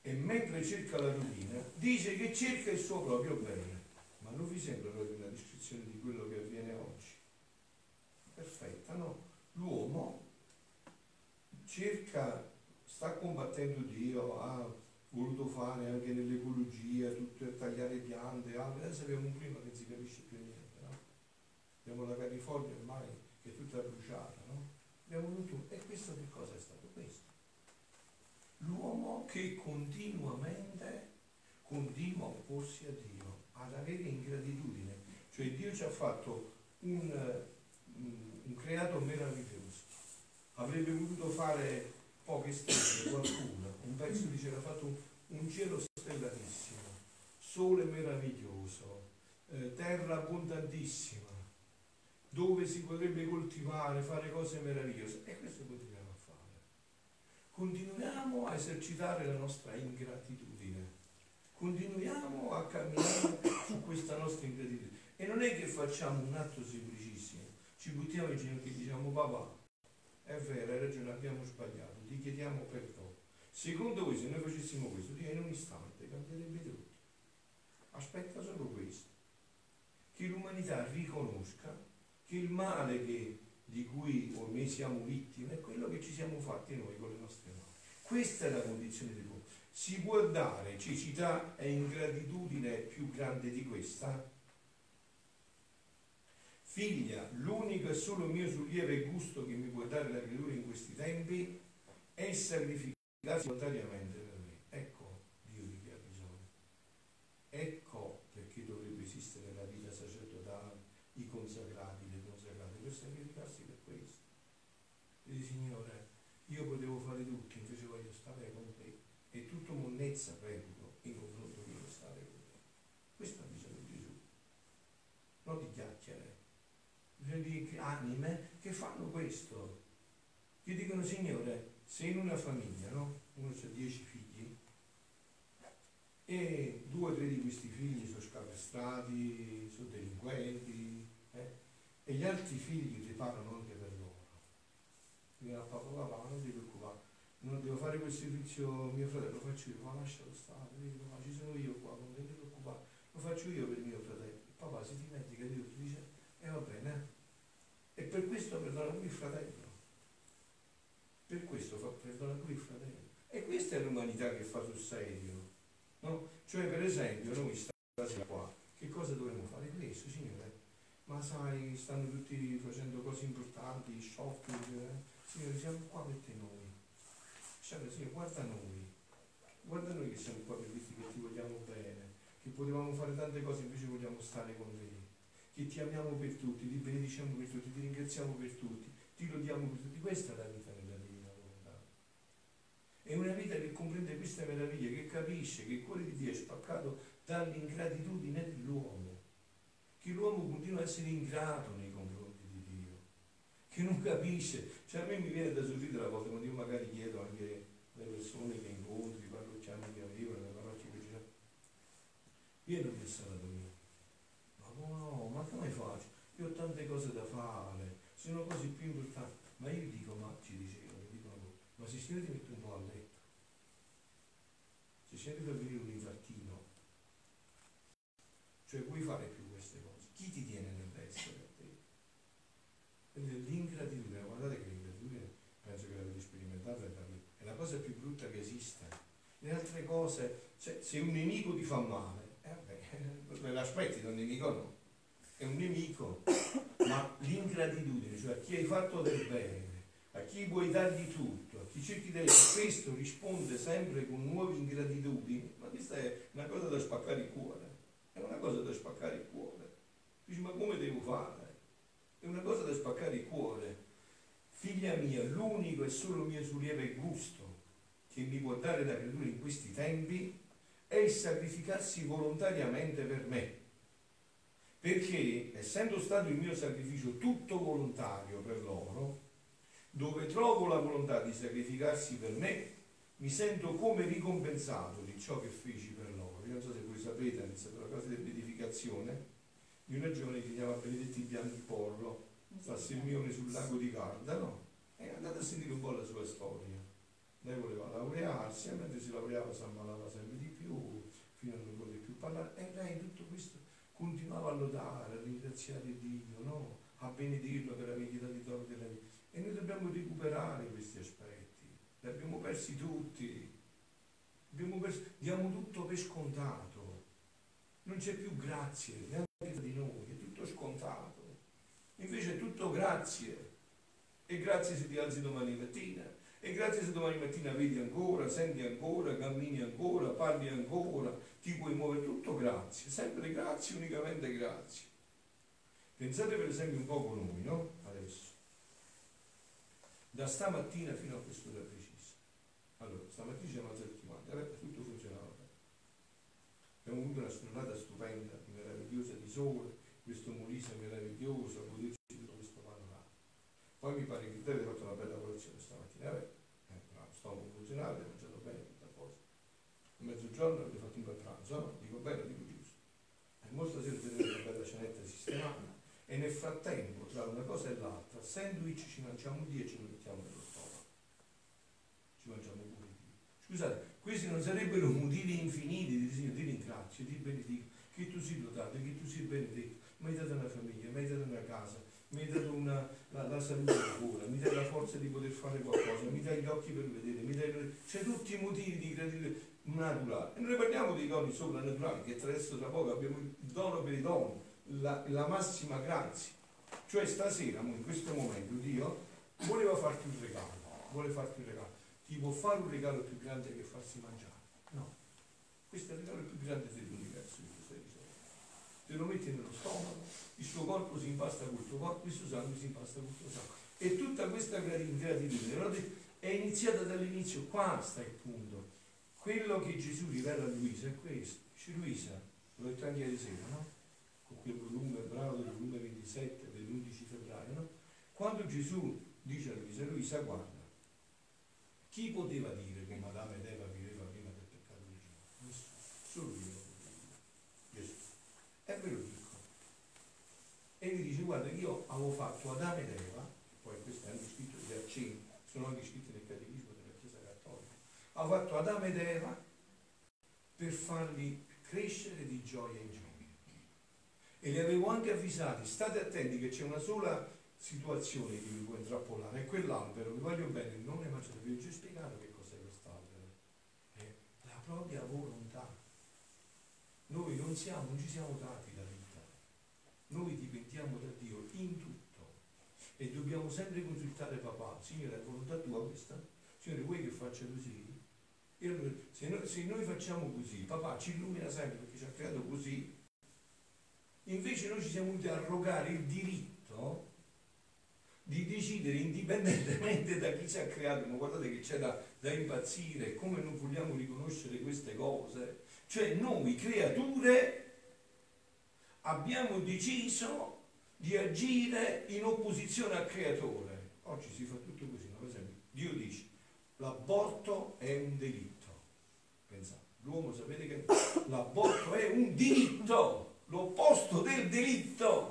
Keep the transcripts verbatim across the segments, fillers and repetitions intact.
e mentre cerca la rovina dice che cerca il suo proprio bene. Ma non vi sembra proprio una descrizione di quello che avviene oggi? Perfetta, no? L'uomo cerca, sta combattendo Dio, ha voluto fare anche nell'ecologia, tutto a tagliare piante, alberi. Adesso abbiamo un clima che non si capisce più niente, no? Abbiamo la California ormai che è tutta bruciata, no? Abbiamo tutto. E questo che cosa è stato questo? L'uomo che continuamente continua a opporsi a Dio, ad avere ingratitudine. Cioè Dio ci ha fatto un, un creato meraviglioso. Avrebbe voluto fare poche stelle, qualcuna. Un pezzo dice che ha fatto un, un cielo stellatissimo, sole meraviglioso, eh, terra abbondantissima, dove si potrebbe coltivare, fare cose meravigliose. E questo continuiamo a fare. Continuiamo a esercitare la nostra ingratitudine. Continuiamo a camminare su questa nostra ingratitudine. E non è che facciamo un atto semplicissimo. Ci buttiamo in ginocchio e diciamo: papà, è vero, hai ragione, abbiamo sbagliato, ti chiediamo perdono. Secondo voi, se noi facessimo questo, Dio in un istante cambierebbe tutto. Aspetta solo questo, che l'umanità riconosca che il male che, di cui ormai siamo vittime è quello che ci siamo fatti noi con le nostre mani. Questa è la condizione dell'uomo. Si può dare cecità e ingratitudine più grande di questa? Figlia, l'unico e solo mio sollievo gusto che mi può dare la creatura in questi tempi è il sacrificarsi volontariamente per me. Ecco Dio di chi ha bisogno. Ecco perché dovrebbe esistere la vita sacerdotale, i consacrati, le consacrate, per sacrificarsi per questo. Dice: Signore, io potevo fare tutto, invece voglio stare con te. E tutto monnezza reputo in confronto con lo stare con te. Questo ha bisogno di Gesù, non di chiacchiere. Di anime che fanno questo, che dicono: Signore, se in una famiglia, no? Uno ha dieci figli e due o tre di questi figli sono scapestrati, sono delinquenti, eh? E gli altri figli preparano anche per loro. Dicono: papà, papà, non ti preoccupare, non devo fare quel servizio, mio fratello, lo faccio io. Ma lascialo stare, ma ci sono io qua, non ti preoccupare, lo faccio io per mio fratello. Papà si dimentica di tutto, dice: e eh, va bene, e per questo perdona lui il fratello, per questo fa perdona lui il fratello. E questa è l'umanità che fa sul serio, no? Cioè, per esempio, noi stasera qua che cosa dovremmo fare? Questo, Signore, ma sai, stanno tutti facendo cose importanti, shopping, eh? Signore, siamo qua per te noi. Signore, Signore, guarda noi, guarda noi che siamo qua per dirti che ti vogliamo bene, che potevamo fare tante cose, invece vogliamo stare con te, che ti amiamo per tutti, ti benediciamo per tutti, ti ringraziamo per tutti, ti lodiamo per tutti. Questa è la vita nella divina volontà. È una vita che comprende queste meraviglie, che capisce che il cuore di Dio è spaccato dall'ingratitudine dell'uomo, che l'uomo continua a essere ingrato nei confronti di Dio, che non capisce. Cioè, a me mi viene da sorridere a volte quando io magari chiedo anche alle persone che incontri, i parrocchiani che arrivano, le parrocchie che c'è, vieni a pensare da me. No, ma come faccio? Io ho tante cose da fare, sono cose più importanti. Ma io dico: ma ci dicevano, dicono, ma se Signore ti mette un po' a letto, se Signore ti fa venire un infartino, cioè puoi fare più queste cose? Chi ti tiene nell'essere a te? Quindi l'ingratitudine, guardate che l'ingratitudine, penso che l'avete sperimentata, è la cosa più brutta che esiste. Le altre cose, cioè, se un nemico ti fa male, eh beh, l'aspetti da un nemico, no, è un nemico, ma l'ingratitudine, cioè a chi hai fatto del bene, a chi vuoi dargli tutto, a chi cerchi di questo risponde sempre con nuove ingratitudini. Ma questa è una cosa da spaccare il cuore, è una cosa da spaccare il cuore. Dici: ma come devo fare? È una cosa da spaccare il cuore. Figlia mia, l'unico e solo mio sollievo e gusto che mi può dare la creatura in questi tempi è il sacrificarsi volontariamente per me, perché essendo stato il mio sacrificio tutto volontario per loro, dove trovo la volontà di sacrificarsi per me, mi sento come ricompensato di ciò che feci per loro. Io non so se voi sapete, all'inizio la cosa di beatificazione di una giovane che si chiama Benedetti Bianchipollo, fa Sirmione sul lago di Garda, no? E andate a sentire un po' la sua storia. Lei voleva laureare laurearsi, e mentre si laureava si ammalava sempre di più, fino a non poter più parlare, e lei in tutto questo continuava a lodare, a ringraziare Dio, no? A benedirlo per avergli dato i doni della vita. E noi dobbiamo recuperare questi aspetti, li abbiamo persi tutti, abbiamo perso, diamo tutto per scontato, non c'è più grazie neanche di noi, è tutto scontato, invece è tutto grazie, e grazie se ti alzi domani mattina, e grazie se domani mattina vedi ancora, senti ancora, cammini ancora, parli ancora, ti puoi muovere, tutto grazie, sempre grazie, unicamente grazie. Pensate per esempio un po' con noi, no? Adesso, da stamattina fino a quest'ora precisa. Allora, stamattina siamo alzati tutti quanti, eh, tutto funzionava bene. Abbiamo avuto una giornata stupenda, meravigliosa di sole, questo Molise meraviglioso, a goderci tutto questo panorama. Poi mi pare che te avete fatto una bella colazione stamattina, eh? Eh, bravo, stavo funzionando, abbiamo mangiato bene, tutta cosa. A mezzogiorno avete fatto un bel pranzo, no? Dico bene, dico giusto. E molto sera avete una bella cenetta sistemata. E nel frattempo, tra una cosa e l'altra, sandwich ci mangiamo via e ce lo mettiamo nello stomaco. Ci mangiamo pure via. Scusate, questi non sarebbero motivi infiniti di Dio, di ringrazio, di benedico, che tu sia lodato, che tu sia benedetto, mi hai dato una famiglia, mi hai dato una casa, mi hai dato una, la, la salute pura, mi dai la forza di poter fare qualcosa, mi dai gli occhi per vedere, mi dai... C'è tutti i motivi di gratitudine naturale. E noi parliamo dei doni soprannaturali, che adesso tra poco abbiamo il dono per i doni. La, la massima grazia, cioè stasera in questo momento Dio voleva farti un regalo, vuole farti un regalo, ti può fare un regalo più grande che farsi mangiare? No, questo è il regalo più grande dell'universo che tu stai ricevendo, te lo metti nello stomaco, il suo corpo si impasta col tuo corpo, il suo sangue si impasta col tuo sangue, e tutta questa gratitudine è iniziata dall'inizio. Qua sta il punto, quello che Gesù rivela a Luisa è questo. Dice: Luisa, l'ho detto anche ieri sera, no? Con quel volume bravo del volume ventisette dell'undici febbraio, no? Quando Gesù dice a Luisa: Luisa, guarda, chi poteva dire che Adamo ed Eva viveva prima del peccato originale? Nessuno, solo Dio lo poteva dire, Gesù. E ve lo dico. E gli dice: guarda, io avevo fatto Adamo ed Eva, poi questo è anche scritto di accenni, sono anche scritti nel catechismo della Chiesa Cattolica, avevo fatto Adamo ed Eva per farli crescere di gioia in gioia. E li avevo anche avvisati: state attenti che c'è una sola situazione che vi può intrappolare, è quell'albero, vi voglio bene, non ne mangiate. Vi ho già spiegato che cos'è quest'albero, è la propria volontà. Noi non siamo, non ci siamo dati la vita, noi dipendiamo da Dio in tutto e dobbiamo sempre consultare papà: Signore, è volontà tua questa? Signore, vuoi che faccia così? E allora, se noi, se noi facciamo così, papà ci illumina sempre perché ci ha creato così. Invece noi ci siamo venuti a arrogare il diritto di decidere indipendentemente da chi ci ha creato. Ma guardate che c'è da, da impazzire, come non vogliamo riconoscere queste cose. Cioè noi creature abbiamo deciso di agire in opposizione al creatore. Oggi si fa tutto così, no? Per esempio, Dio dice: l'aborto è un delitto. Pensate, l'uomo, sapete che l'aborto è un diritto, l'opposto del delitto.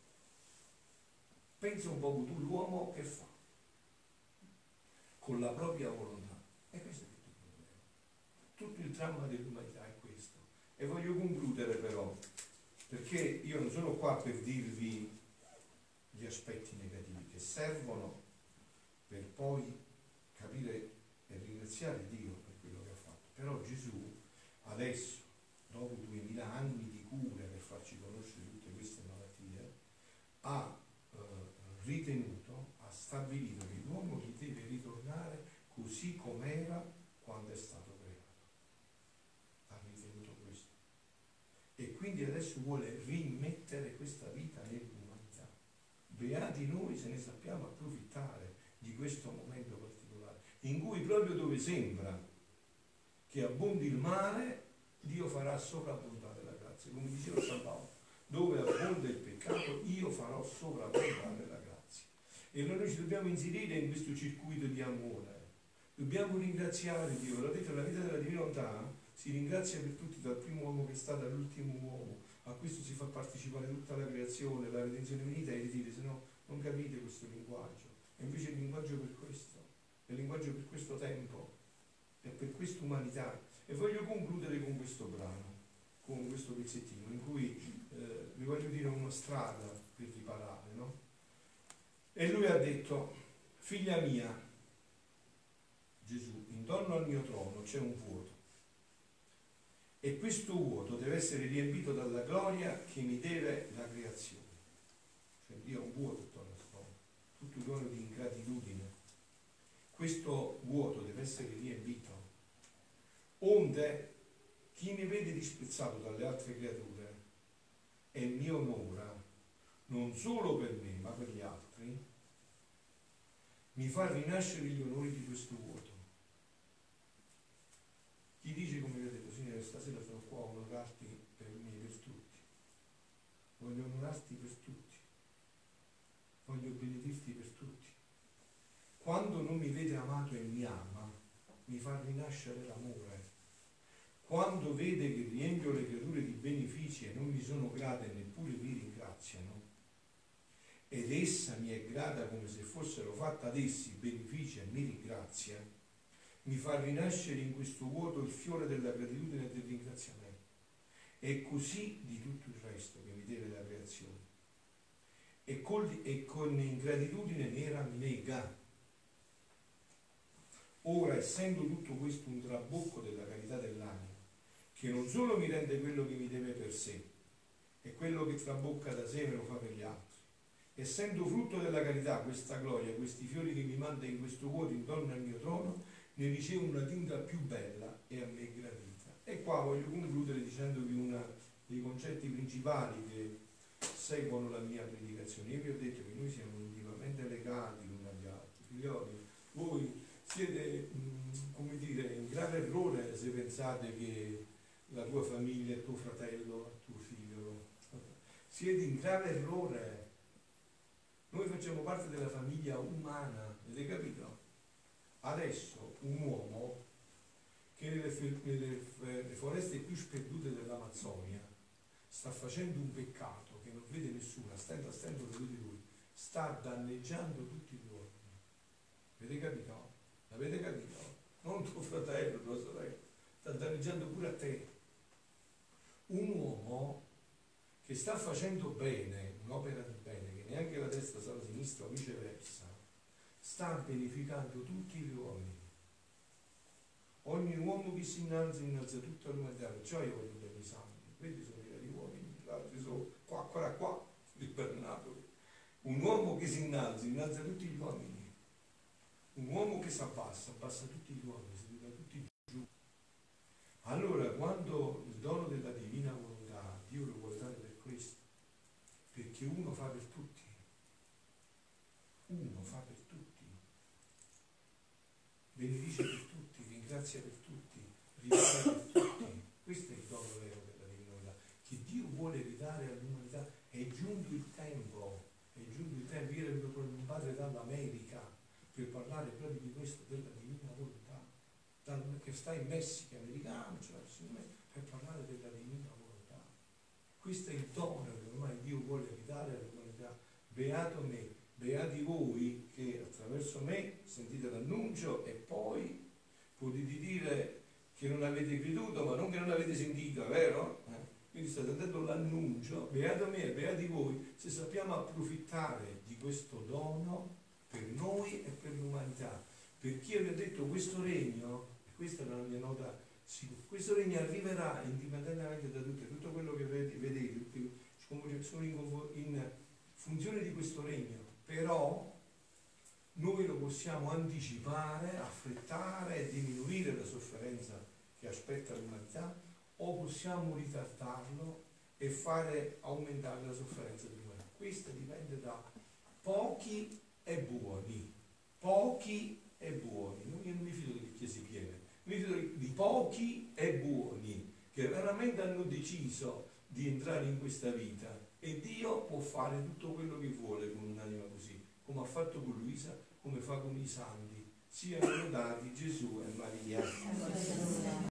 Pensa un po' tu, l'uomo che fa con la propria volontà. E questo è tutto il problema. Tutto il dramma dell'umanità è questo. E voglio concludere però, perché io non sono qua per dirvi gli aspetti negativi che servono per poi capire e ringraziare Dio per quello che ha fatto. Però Gesù adesso, dopo duemila anni di cure per farci conoscere tutte queste malattie, ha eh, ritenuto, ha stabilito che l'uomo gli deve ritornare così com'era quando è stato creato. Ha ritenuto questo. E quindi adesso vuole rimettere questa vita nell'umanità. Beati noi se ne sappiamo approfittare di questo momento particolare, in cui proprio dove sembra che abbondi il male, Dio farà sovrabbondare la grazia. Come diceva San Paolo: dove abbonda il peccato, io farò sovrabbondare la grazia. E allora noi ci dobbiamo inserire in questo circuito di amore. Dobbiamo ringraziare Dio. L'ho detto, nella vita della Divina Volontà si ringrazia per tutti, dal primo uomo che è stato all'ultimo uomo. A questo si fa partecipare tutta la creazione, la redenzione venita, e dire: se no non capite questo linguaggio. E invece il linguaggio per questo, è il linguaggio per questo tempo, è per questa umanità. E voglio concludere con questo brano, con questo pezzettino, in cui eh, vi voglio dire una strada per riparare, no? E lui ha detto: figlia mia, Gesù, intorno al mio trono c'è un vuoto, e questo vuoto deve essere riempito dalla gloria che mi deve la creazione. Cioè Dio ha un vuoto attorno al trono, tutto il giorno di ingratitudine. Questo vuoto deve essere riempito, onde chi mi vede disprezzato dalle altre creature e mi onora non solo per me ma per gli altri, mi fa rinascere gli onori di questo vuoto. Chi dice, come vi ho detto, Signore, stasera sono qua a onorarti per me, per tutti, voglio onorarti per tutti, voglio benedirti per tutti. Quando non mi vede amato e mi ama, mi fa rinascere l'amore. Quando vede che riempio le creature di benefici e non mi sono grate e neppure mi ringraziano, ed essa mi è grata come se fossero fatta ad essi benefici e mi ringrazia, mi fa rinascere in questo vuoto il fiore della gratitudine e del ringraziamento. E così di tutto il resto che mi deve la creazione. E con, e con ingratitudine nera mi nega. Ora, essendo tutto questo un trabocco della carità dell'anima, che non solo mi rende quello che mi deve per sé, e quello che trabocca da sé me lo fa per gli altri, essendo frutto della carità, questa gloria, questi fiori che mi manda in questo vuoto intorno al mio trono, ne ricevo una tinta più bella e a me gradita. E qua voglio concludere dicendovi uno dei concetti principali che seguono la mia predicazione. Io vi ho detto che noi siamo intimamente legati l'uno agli altri. Figlioli, voi siete, mh, come dire, in grave errore se pensate che la tua famiglia è tuo fratello, tuo figlio. Siete in grave errore. Noi facciamo parte della famiglia umana, avete capito? Adesso un uomo che nelle, nelle, nelle foreste più sperdute dell'Amazzonia sta facendo un peccato che non vede nessuno, stento a stento lo vede lui, sta danneggiando tutti gli uomini. Avete capito? Avete capito? Non tuo fratello, tua sorella, sta danneggiando pure a te. Un uomo che sta facendo bene, un'opera di bene, che neanche la destra sa la sinistra o viceversa, sta beneficando tutti gli uomini. Ogni uomo che si innalza, innalza tutta l'umanità. Perciò io voglio bene i santi. Vedi, sono gli uomini, gli altri sono qua, qua, qua, lì per Napoli. Un uomo che si innalza, innalza tutti gli uomini. Un uomo che si abbassa, abbassa tutti gli uomini, si tira tutti giù. Allora, quando il dono della divina volontà, Dio lo vuole dare per questo, perché uno fa per tutti. Uno fa per tutti. Benedice per tutti, ringrazia per tutti, ripara per tutti. Questo è il dono vero della divina volontà, che Dio vuole ridare all'umanità. È giunto il tempo, è giunto il tempo. Ieri è venuto un padre dall'America per parlare proprio di questo, della divina volontà, dal, che sta in Messico, americano, cioè, per parlare della divina volontà. Questo è il dono che ormai Dio vuole ridare all'umanità. Beato me, beati voi che attraverso me sentite l'annuncio e poi potete dire che non avete creduto, ma non che non avete sentito, è vero? Eh? Quindi state sentendo l'annuncio, beato me e beati voi, se sappiamo approfittare di questo dono per noi e per l'umanità. Perché io vi ho detto, questo regno, e questa è la mia nota sicura, questo regno arriverà indipendentemente da tutto, tutto quello che vedete, tutti, sono in, in funzione di questo regno, però noi lo possiamo anticipare, affrettare e diminuire la sofferenza che aspetta l'umanità, o possiamo ritardarlo e fare aumentare la sofferenza dell'umanità. Questo dipende da pochi e buoni, pochi e buoni. Io non mi fido delle chiese piene, mi fido di pochi e buoni che veramente hanno deciso di entrare in questa vita, e Dio può fare tutto quello che vuole con un'anima così, come ha fatto con Luisa, come fa con i santi. Siano lodati Gesù e Maria.